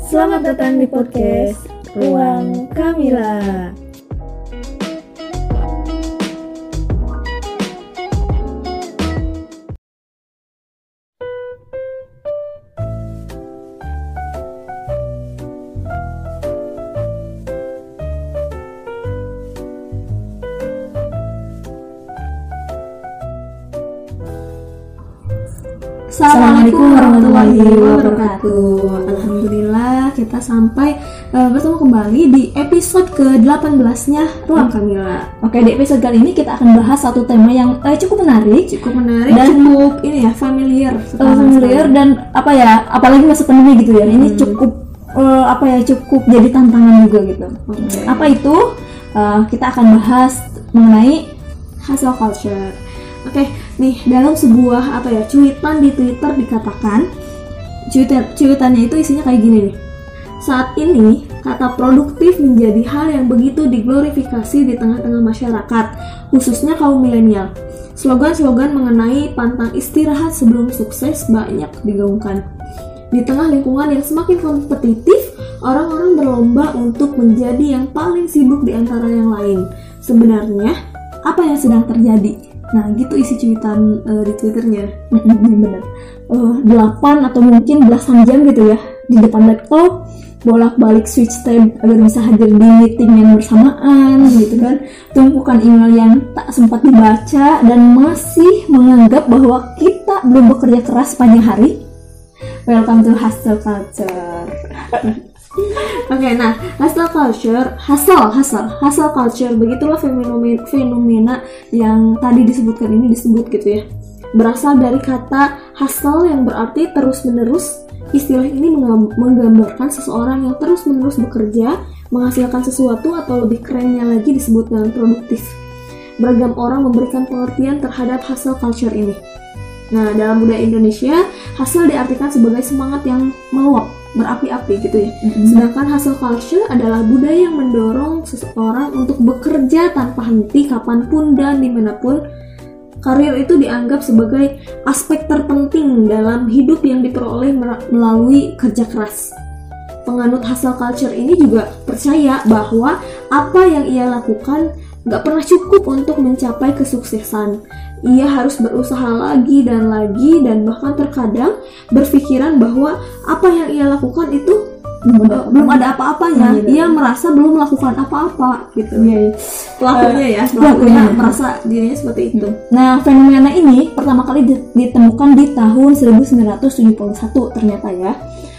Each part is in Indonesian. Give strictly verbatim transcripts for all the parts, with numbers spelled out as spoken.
Selamat datang di podcast Ruang Kamila. Assalamualaikum warahmatullahi wabarakatuh. Alhamdulillah kita sampai uh, bertemu kembali di episode ke delapan belas-nya Ruang Kamila. Oke, di episode kali ini kita akan bahas satu tema yang uh, cukup menarik, cukup menarik dan cukup ini ya familiar, uh, familiar dan apa ya, apalagi masa pandemi gitu ya. Hmm. Ini cukup uh, apa ya, cukup jadi tantangan juga gitu. Okay. Apa itu? Uh, kita akan bahas mengenai hustle culture. Oke, okay, nih dalam sebuah apa ya cuitan di Twitter dikatakan, cuitan cuitannya itu isinya kayak gini nih. Saat ini kata produktif menjadi hal yang begitu diglorifikasi di tengah-tengah masyarakat, khususnya kaum milenial. Slogan-slogan mengenai pantang istirahat sebelum sukses banyak digaungkan. Di tengah lingkungan yang semakin kompetitif, orang-orang berlomba untuk menjadi yang paling sibuk di antara yang lain. Sebenarnya apa yang sedang terjadi? Nah gitu isi cuitan uh, di Twitternya. Bener uh, delapan atau mungkin belasan jam gitu ya di depan laptop, bolak-balik switch tab agar bisa hadir di meeting yang bersamaan gitu kan, tumpukan email yang tak sempat dibaca dan masih menganggap bahwa kita belum bekerja keras sepanjang hari. Welcome to hustle culture. Oke, okay, nah hustle culture, hustle, hustle, hustle culture, begitulah fenomena, fenomena yang tadi disebutkan ini disebut gitu ya. Berasal dari kata hustle yang berarti terus-menerus. Istilah ini menggambarkan seseorang yang terus-menerus bekerja, menghasilkan sesuatu atau lebih kerennya lagi disebut dengan produktif. Beragam orang memberikan pengertian terhadap hustle culture ini. Nah, dalam budaya Indonesia, hustle diartikan sebagai semangat yang meluap, berapi-api gitu ya. Mm-hmm. Sedangkan hustle culture adalah budaya yang mendorong seseorang untuk bekerja tanpa henti kapanpun dan dimanapun. Karir itu dianggap sebagai aspek terpenting dalam hidup yang diperoleh melalui kerja keras. Penganut hustle culture ini juga percaya bahwa apa yang ia lakukan gak pernah cukup untuk mencapai kesuksesan. Ia harus berusaha lagi dan lagi dan bahkan terkadang berpikiran bahwa apa yang ia lakukan itu belum ada, belum ada apa-apanya. Hmm, ia merasa belum melakukan apa-apa gitu. Ya, pelakunya ya, pelakunya merasa dirinya seperti itu. Nah, fenomena ini pertama kali ditemukan di tahun seribu sembilan ratus tujuh puluh satu ternyata ya.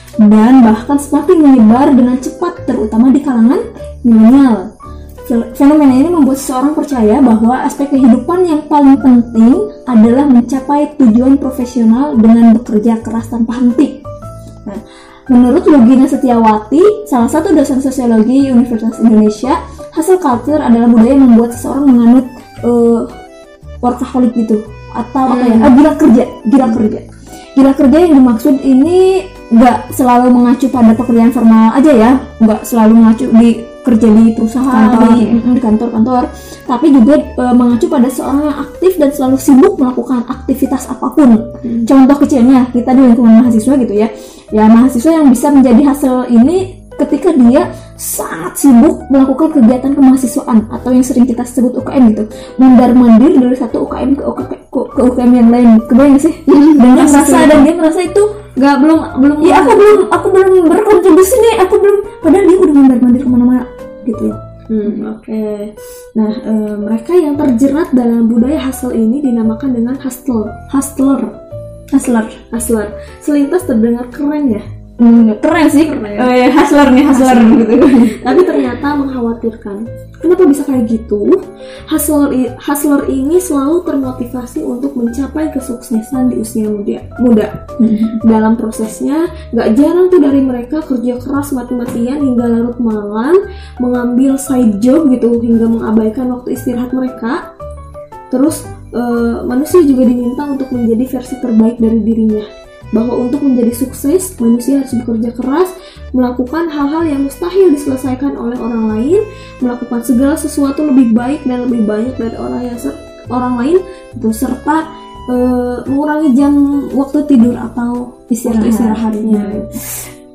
Dan bahkan semakin menyebar dengan cepat terutama di kalangan milenial. Fenomena ini membuat seseorang percaya bahwa aspek kehidupan yang paling penting adalah mencapai tujuan profesional dengan bekerja keras tanpa henti. Nah, menurut Lugina Setiawati, salah satu dosen sosiologi Universitas Indonesia, hustle culture adalah budaya yang membuat seseorang menganut uh, workaholic gitu, atau apa ya, ah, gila kerja, gila kerja. Gila kerja yang dimaksud ini nggak selalu mengacu pada pekerjaan formal aja ya, nggak selalu mengacu di kerja di perusahaan, kantor, di, di kantor-kantor, tapi juga e, mengacu pada seorang yang aktif dan selalu sibuk melakukan aktivitas apapun. Hmm. Contoh kecilnya, kita di lingkungan mahasiswa gitu ya, ya mahasiswa yang bisa menjadi hasil ini ketika dia sangat sibuk melakukan kegiatan kemahasiswaan atau yang sering kita sebut U K M gitu, mondar-mandir dari satu U K M ke U K M, ke, ke U K M yang lain, kebayang sih? Dan dia merasa dan dia merasa itu nggak belum belum ya aku belum aku belum berkontribusi nih, aku belum, padahal dia udah mondar-mandir kemana-mana gitu. Hmm, oke. Okay. Nah, e, mereka yang terjerat dalam budaya hustle ini dinamakan dengan hustler, hustler, hustler, hustler. Selintas terdengar keren ya. Hmm, keren sih, keren. Oh, ya, hustler nih, hustler gitu. Tapi ternyata mengkhawatirkan. Kenapa bisa kayak gitu? Hustler, hustler ini selalu termotivasi untuk mencapai kesuksesan di usia muda. muda. Hmm. Dalam prosesnya, gak jarang tuh dari mereka kerja keras mati-matian hingga larut malam, mengambil side job gitu hingga mengabaikan waktu istirahat mereka. Terus uh, manusia juga diminta untuk menjadi versi terbaik dari dirinya. Bahwa untuk menjadi sukses, manusia harus bekerja keras, melakukan hal-hal yang mustahil diselesaikan oleh orang lain, melakukan segala sesuatu lebih baik dan lebih banyak dari orang yang ser- orang lain, gitu, serta e, mengurangi jam waktu tidur atau istirahat istirahatnya.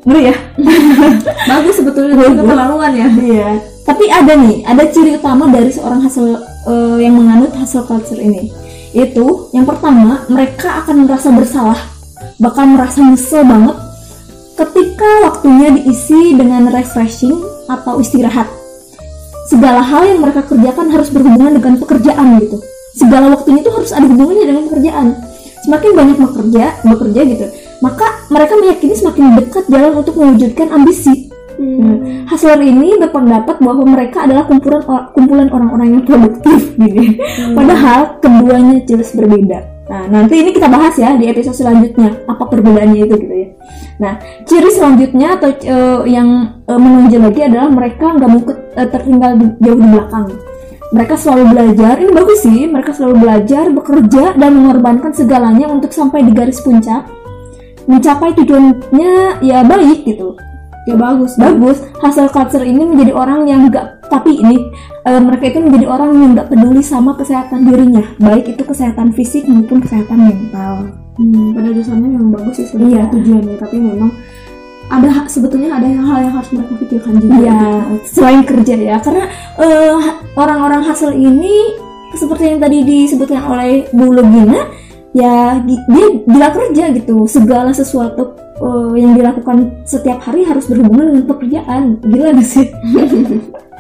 ngeri ya. Bagus sebetulnya, tapi keterlaluan ya. Iya. Tapi ada nih, ada ciri utama dari seorang hustle uh, yang menganut hustle culture ini. Itu yang pertama, mereka akan merasa bersalah, bakal merasa nyesel banget ketika waktunya diisi dengan refreshing atau istirahat. Segala hal yang mereka kerjakan harus berhubungan dengan pekerjaan gitu. Segala waktunya itu harus ada hubungannya dengan pekerjaan. Semakin banyak bekerja, bekerja gitu, maka mereka meyakini semakin dekat jalan untuk mewujudkan ambisi. Hmm. Hustler ini berpendapat bahwa mereka adalah kumpulan kumpulan orang-orang yang produktif gitu. Hmm. Padahal keduanya jelas berbeda. Nah, nanti ini kita bahas ya di episode selanjutnya apa perbedaannya itu gitu ya. Nah, ciri selanjutnya atau uh, yang uh, menonjol lagi adalah mereka nggak mau uh, tertinggal di, jauh di belakang. Mereka selalu belajar, ini bagus sih, mereka selalu belajar, bekerja dan mengorbankan segalanya untuk sampai di garis puncak, mencapai tujuannya ya baik gitu. Ya bagus, bagus. Hustle culture ini menjadi orang yang nggak, tapi ini e, mereka itu menjadi orang yang nggak peduli sama kesehatan dirinya, baik itu kesehatan fisik maupun kesehatan mental. Hmm, pada dasarnya memang bagus sih sebenarnya iya. tujuannya, tapi memang ada sebetulnya ada hal yang harus mereka pikirkan juga. Iya, selain kerja ya, karena e, orang-orang hustle ini seperti yang tadi disebutkan oleh Bu Lugina, ya dia gila kerja gitu, segala sesuatu uh, yang dilakukan setiap hari harus berhubungan dengan pekerjaan. Gila gak sih? Oke,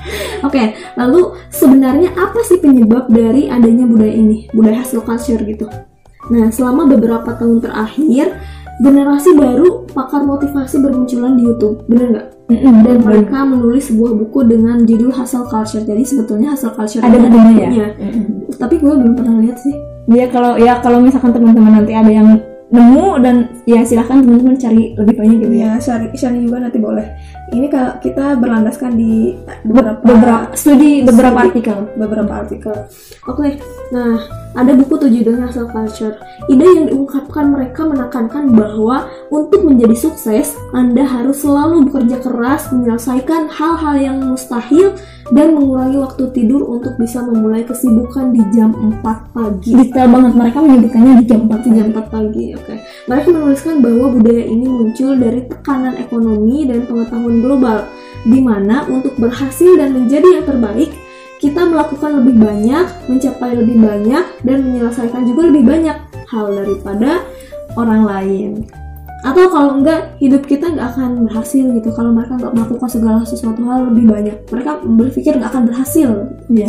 okay, lalu sebenarnya apa sih penyebab dari adanya budaya ini, budaya hustle culture gitu? Nah, selama beberapa tahun terakhir, generasi baru pakar motivasi bermunculan di YouTube, bener nggak? Mm-hmm, dan bener. Mereka menulis sebuah buku dengan judul Hustle Culture. Jadi sebetulnya hustle culture ada bukunya ya? Mm-hmm. Tapi gue belum pernah lihat sih. Ya kalau ya kalau misalkan teman-teman nanti ada yang nemu dan ya silahkan teman-teman cari lebih banyak gitu ya. Ya, share, share juga nanti boleh. Ini kalau kita berlandaskan di beberapa, beberapa studi, beberapa studi, artikel, beberapa artikel. Oke, okay. Nah ada buku tuh judulnya Hustle Culture. Ide yang diungkapkan mereka menekankan bahwa untuk menjadi sukses, Anda harus selalu bekerja keras, menyelesaikan hal-hal yang mustahil, dan mengurangi waktu tidur untuk bisa memulai kesibukan di jam empat pagi. Detail banget, mereka menyebutkannya di jam empat, di jam empat pagi. Oke. Okay. Mereka menuliskan bahwa budaya ini muncul dari tekanan ekonomi dan pengetahuan global, di mana untuk berhasil dan menjadi yang terbaik, kita melakukan lebih banyak, mencapai lebih banyak, dan menyelesaikan juga lebih banyak hal daripada orang lain. Atau kalau enggak, hidup kita nggak akan berhasil gitu kalau mereka nggak melakukan segala sesuatu hal lebih banyak. Mereka berpikir nggak akan berhasil. Ya.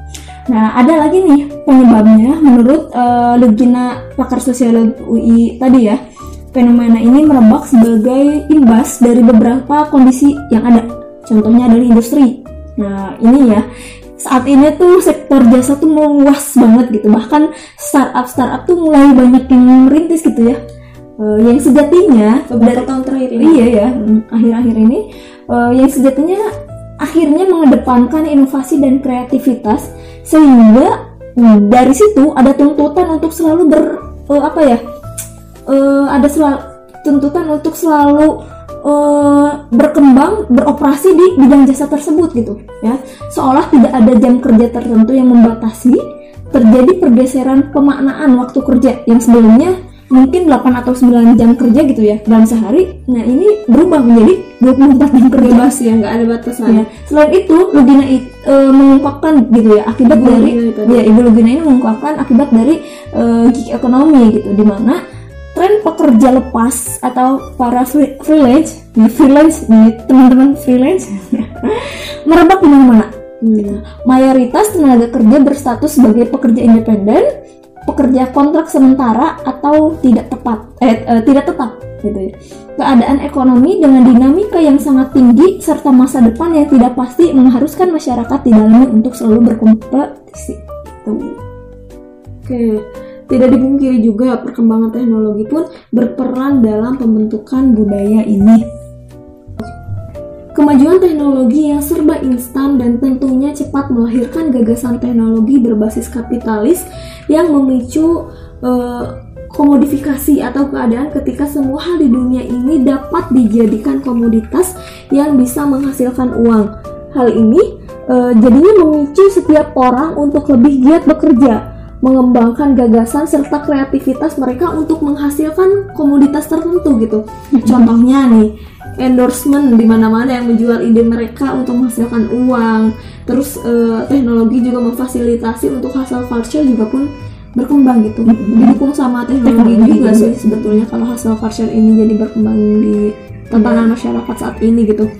Nah, ada lagi nih penyebabnya menurut uh, Lugina, pakar sosiologi U I tadi ya. Fenomena ini merebak sebagai imbas dari beberapa kondisi yang ada. Contohnya adalah industri. Nah, ini ya. Saat ini tuh sektor jasa tuh meluas banget gitu. Bahkan startup-startup tuh mulai banyak yang merintis gitu ya. Uh, yang sejatinya beberapa tahun terakhir ini. Iya ya, akhir-akhir ini uh, yang sejatinya akhirnya mengedepankan inovasi dan kreativitas, sehingga hmm, dari situ ada tuntutan untuk selalu ber uh, apa ya? Uh, ada selalu tuntutan untuk selalu uh, berkembang, beroperasi di bidang jasa tersebut gitu ya. Seolah tidak ada jam kerja tertentu yang membatasi, terjadi pergeseran pemaknaan waktu kerja yang sebelumnya mungkin delapan atau sembilan jam kerja gitu ya dalam sehari. Nah ini berubah menjadi dua puluh empat jam kerja, bebas ya, nggak ada batasan ya. Selain itu Lugina e, mengungkapkan gitu ya akibat Ibu dari ya Ibu Lugina ini mengungkapkan akibat dari e, gig ekonomi gitu, dimana tren pekerja lepas atau para free, freelance nih freelance nih teman-teman freelance merebak di mana-mana. Hmm. Mayoritas tenaga kerja berstatus sebagai pekerja independen, pekerja kontrak sementara atau tidak tepat eh, eh tidak tetap gitu ya. Keadaan ekonomi dengan dinamika yang sangat tinggi serta masa depan yang tidak pasti mengharuskan masyarakat di dalamnya untuk selalu berkompetisi. Gitu. Oke, tidak dipungkiri juga perkembangan teknologi pun berperan dalam pembentukan budaya ini. Kemajuan teknologi yang serba instan dan tentunya cepat melahirkan gagasan teknologi berbasis kapitalis yang memicu uh, komodifikasi atau keadaan ketika semua hal di dunia ini dapat dijadikan komoditas yang bisa menghasilkan uang. Hal ini uh, jadinya memicu setiap orang untuk lebih giat bekerja, mengembangkan gagasan serta kreativitas mereka untuk menghasilkan komoditas tertentu gitu. Contohnya nih, endorsement di mana-mana yang menjual ide mereka untuk menghasilkan uang. Terus uh, teknologi juga memfasilitasi untuk hustle culture juga pun berkembang gitu. Didukung sama teknologi, teknologi juga sih sebetulnya kalau hustle culture ini jadi berkembang di tatanan masyarakat saat ini gitu.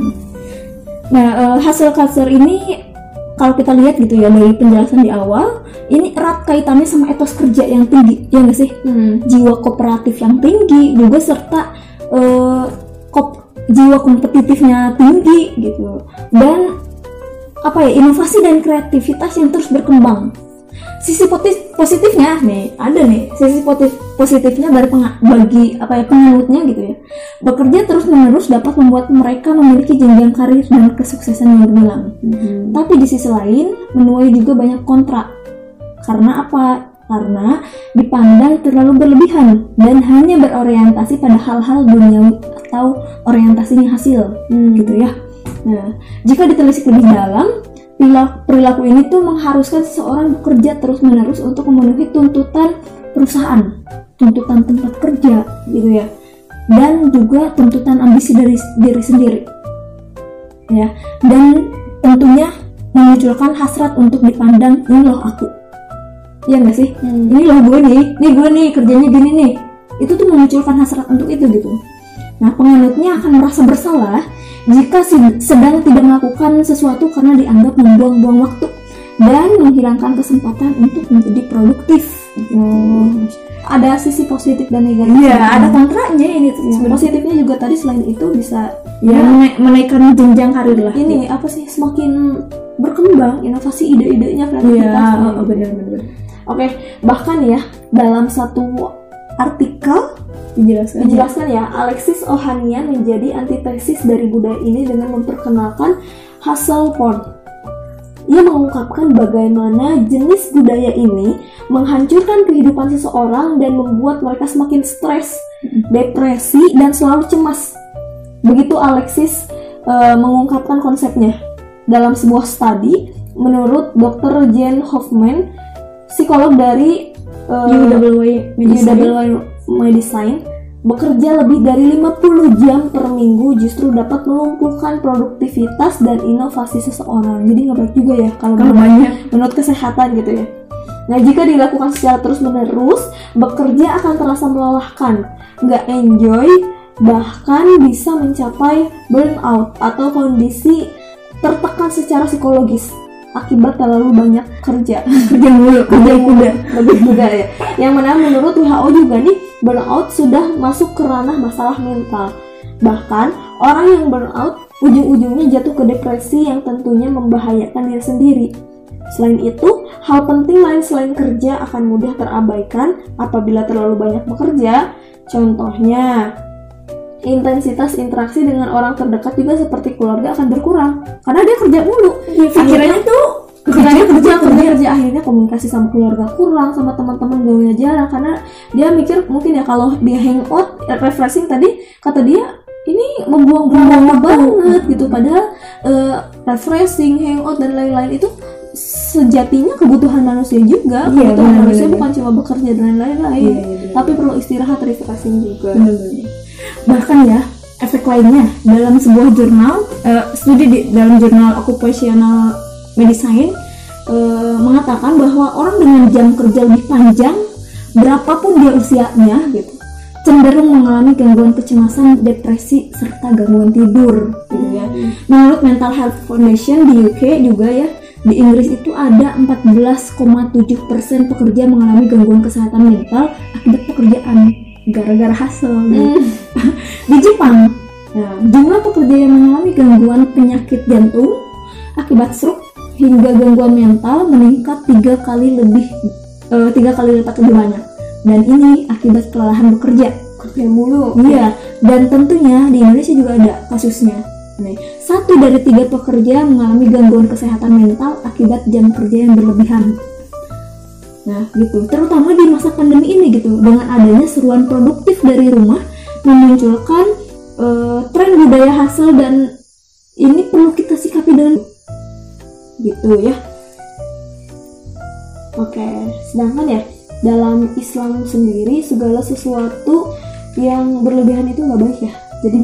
Nah, uh, hustle culture ini kalau kita lihat gitu ya dari penjelasan di awal, ini erat kaitannya sama etos kerja yang tinggi, ya nggak sih? Hmm. Jiwa kooperatif yang tinggi juga serta uh, kop, jiwa kompetitifnya tinggi gitu. Dan apa ya, inovasi dan kreativitas yang terus berkembang. Sisi positif, positifnya nih ada nih, sisi positif positifnya dari peng, bagi apa ya penganutnya gitu ya. Bekerja terus menerus dapat membuat mereka memiliki jenjang karir dan kesuksesan yang gemilang. Mm-hmm. Tapi di sisi lain menuai juga banyak kontra. Karena apa? Karena dipandang terlalu berlebihan dan hanya berorientasi pada hal-hal duniawi atau orientasinya hasil, hmm. gitu ya. Nah, jika ditelisik lebih dalam, perilaku ini tuh mengharuskan seseorang bekerja terus-menerus untuk memenuhi tuntutan perusahaan, tuntutan tempat kerja gitu ya, dan juga tuntutan ambisi dari diri sendiri ya, dan tentunya memunculkan hasrat untuk dipandang, ini loh aku, ya nggak sih, hmm. ini loh gue nih, nih gue nih kerjanya gini nih, itu tuh memunculkan hasrat untuk itu gitu. Nah, penganutnya akan merasa bersalah jika sedang tidak melakukan sesuatu karena dianggap membuang-buang waktu dan menghilangkan kesempatan untuk menjadi produktif. Oh. Ada sisi positif dan negatif. Iya, ada kontranya ini. Ya, positifnya juga tadi selain itu bisa ya, ya menaikkan jenjang karir lah. Ini ya. Apa sih, semakin berkembang inovasi ide-idenya, kreativitas. Iya, oh, benar-benar. Oke, bahkan ya dalam satu artikel dijelaskan, dijelaskan ya, Alexis Ohanian menjadi antitesis dari budaya ini dengan memperkenalkan hustle porn. Ia mengungkapkan bagaimana jenis budaya ini menghancurkan kehidupan seseorang dan membuat mereka semakin stres, depresi, dan selalu cemas. Begitu Alexis uh, mengungkapkan konsepnya dalam sebuah studi. Menurut dokter Jane Hoffman, psikolog dari uh, U W Y Medicine, Medicine, bekerja lebih dari lima puluh jam per minggu justru dapat melumpuhkan produktivitas dan inovasi seseorang. Jadi nggak baik juga ya kalau banyak menurut kesehatan gitu ya. Nah, jika dilakukan secara terus-menerus, bekerja akan terasa melelahkan, nggak enjoy, bahkan bisa mencapai burnout atau kondisi tertekan secara psikologis akibat terlalu banyak kerja kerja mulu kerja kuda lebih juga ya. Yang mana menurut W H O juga nih, burnout sudah masuk ke ranah masalah mental. Bahkan orang yang burnout ujung-ujungnya jatuh ke depresi yang tentunya membahayakan diri sendiri. Selain itu, hal penting lain selain kerja akan mudah terabaikan apabila terlalu banyak bekerja. Contohnya, intensitas interaksi dengan orang terdekat juga seperti keluarga akan berkurang karena dia kerja mulu. Ya, pikirannya tuh kerja kerja kerja kerja akhirnya komunikasi sama keluarga kurang, sama teman-teman gaulnya jarang karena dia mikir mungkin ya kalau dia hangout refreshing tadi kata dia ini membuang-buang waktu banget gitu, padahal uh, refreshing, hangout dan lain-lain itu sejatinya kebutuhan manusia juga. Iya, kebutuhan bener, manusia bener. bukan cuma bekerja dan lain-lain, iya, iya, tapi perlu istirahat, refreshing juga. Bener-bener. Bahkan ya, efek lainnya dalam sebuah jurnal, uh, studi di dalam jurnal Occupational Medicine uh, mengatakan bahwa orang dengan jam kerja lebih panjang, berapapun dia usianya gitu, cenderung mengalami gangguan kecemasan, depresi, serta gangguan tidur gitu ya. Menurut Mental Health Foundation di U K juga ya, di Inggris itu ada empat belas koma tujuh persen pekerja mengalami gangguan kesehatan mental akibat pekerjaan gara-gara hustle gitu. Mm. Di Jepang, nah, jumlah pekerja yang mengalami gangguan penyakit jantung akibat stroke hingga gangguan mental meningkat tiga kali lebih uh, tiga kali lipat lebih banyak, dan ini akibat kelelahan bekerja. Kerja mulu. Iya, dan tentunya di Indonesia juga ada kasusnya. Nih, satu dari tiga pekerja mengalami gangguan kesehatan mental akibat jam kerja yang berlebihan. Nah, gitu. Terutama di masa pandemi ini gitu, dengan adanya seruan produktif dari rumah memunculkan uh, tren budaya hustle, dan ini perlu kita sikapi dengan gitu ya. Oke, sedangkan ya dalam Islam sendiri segala sesuatu yang berlebihan itu nggak baik ya. Jadi memang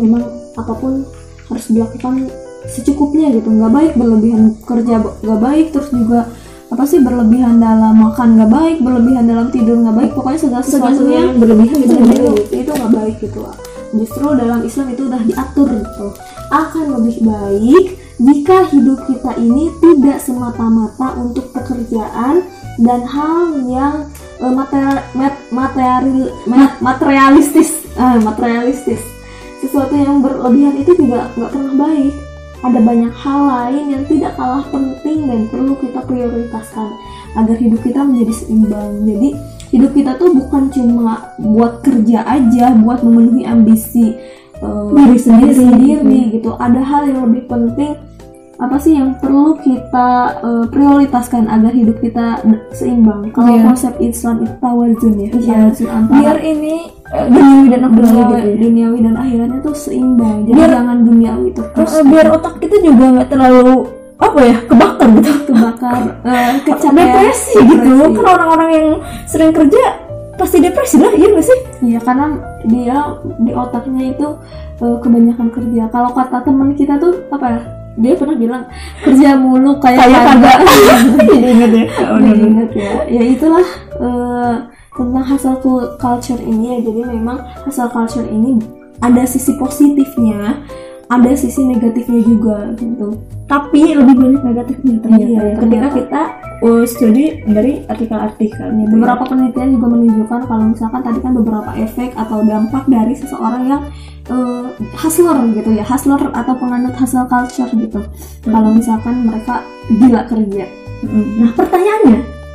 apapun harus dilakukan secukupnya gitu, nggak baik berlebihan kerja nggak baik, terus juga apa sih berlebihan dalam makan nggak baik, berlebihan dalam tidur nggak baik, pokoknya segala sesuatu yang berlebihan itu nggak itu baik. itu nggak baik gitu. Justru dalam Islam itu udah diatur gitu, akan lebih baik jika hidup kita ini tidak semata-mata untuk pekerjaan dan hal yang uh, materi, materi, materialistis, uh, materialistis. Sesuatu yang berlebihan itu juga nggak pernah baik. Ada banyak hal lain yang tidak kalah penting dan perlu kita prioritaskan agar hidup kita menjadi seimbang. Jadi hidup kita tuh bukan cuma buat kerja aja, buat memenuhi ambisi uh, diri sendiri, sendiri gitu. Ada hal yang lebih penting, apa sih yang perlu kita uh, prioritaskan agar hidup kita seimbang. Kalau yeah. konsep Islam itu tawazun ya, yeah. tawazun antara biar ini uh, duniawi dan akhirat duniawi, gitu ya. duniawi dan akhiratnya tuh seimbang. Jadi Biar- jangan duniawi terus. Uh, biar otak kita juga nggak terlalu apa ya kebakar gitu, kebakar, uh, kecapean, depresi gitu. Kan orang-orang yang sering kerja pasti depresi lah, iya nggak sih? Iya, karena dia di otaknya itu uh, kebanyakan kerja. Kalau kata teman kita tuh apa ya? Dia pernah bilang kerja mulu kayak Kayak kagak. Jadi inget ya. Oh, ingat ya. Ya itulah uh, tentang hustle culture ini ya. Jadi memang hustle culture ini ada sisi positifnya, ada sisi negatifnya juga gitu. Tapi lebih banyak negatifnya ternyata. Iya, Ketika ternyata. kita uh, studi dari artikel-artikel gitu. Beberapa penelitian juga menunjukkan kalau misalkan tadi kan beberapa efek atau dampak dari seseorang yang uh, hustler gitu ya, hustler atau penganut hustle culture gitu. Hmm. Kalau misalkan mereka gila kerja. Mm. Nah pertanyaannya,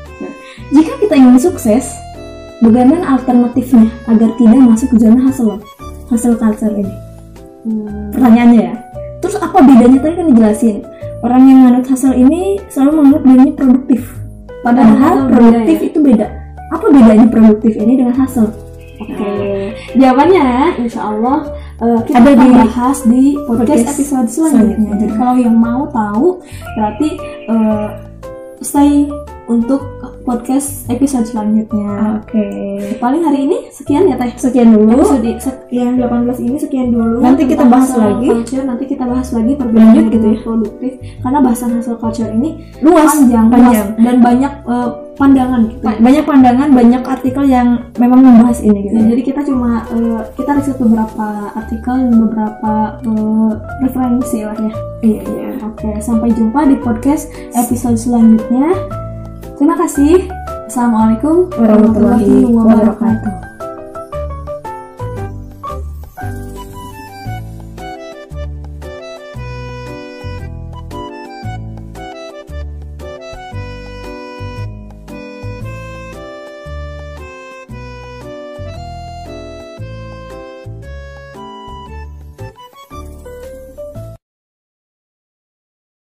jika kita ingin sukses, bagaimana alternatifnya agar tidak masuk ke zona hustle, hustle culture ini? Hmm. Pertanyaannya ya. Terus apa bedanya, tadi kan dijelasin, orang yang menganut hustle ini selalu menganggap dirinya produktif, padahal Padahal produktif beda ya? itu beda. Apa bedanya produktif ini dengan hustle? Oke, jawabannya insya Allah uh, kita Ada akan di bahas di podcast, podcast episode selanjutnya. selanjutnya. Jadi kalau yang mau tahu berarti uh, stay untuk podcast episode selanjutnya. Oke. Paling hari ini sekian ya Teh. Sekian dulu. Episode sekian delapan belas ini sekian dulu. Nanti kita tentang bahas hustle lagi. culture. Nanti kita bahas lagi perbedaan Lanjut gitu dengan ya. produktif. Karena bahasan hustle culture ini Luas, panjang, panjang. luas, dan banyak uh, pandangan gitu. Ba- Banyak pandangan, banyak artikel yang memang membahas ini gitu. Ya, jadi kita cuma uh, kita riset beberapa artikel dan beberapa uh, referensi lah ya. Iya, iya. Oke, sampai jumpa di podcast episode selanjutnya. Terima kasih. Assalamualaikum Warahmatullahi wabarakatuh.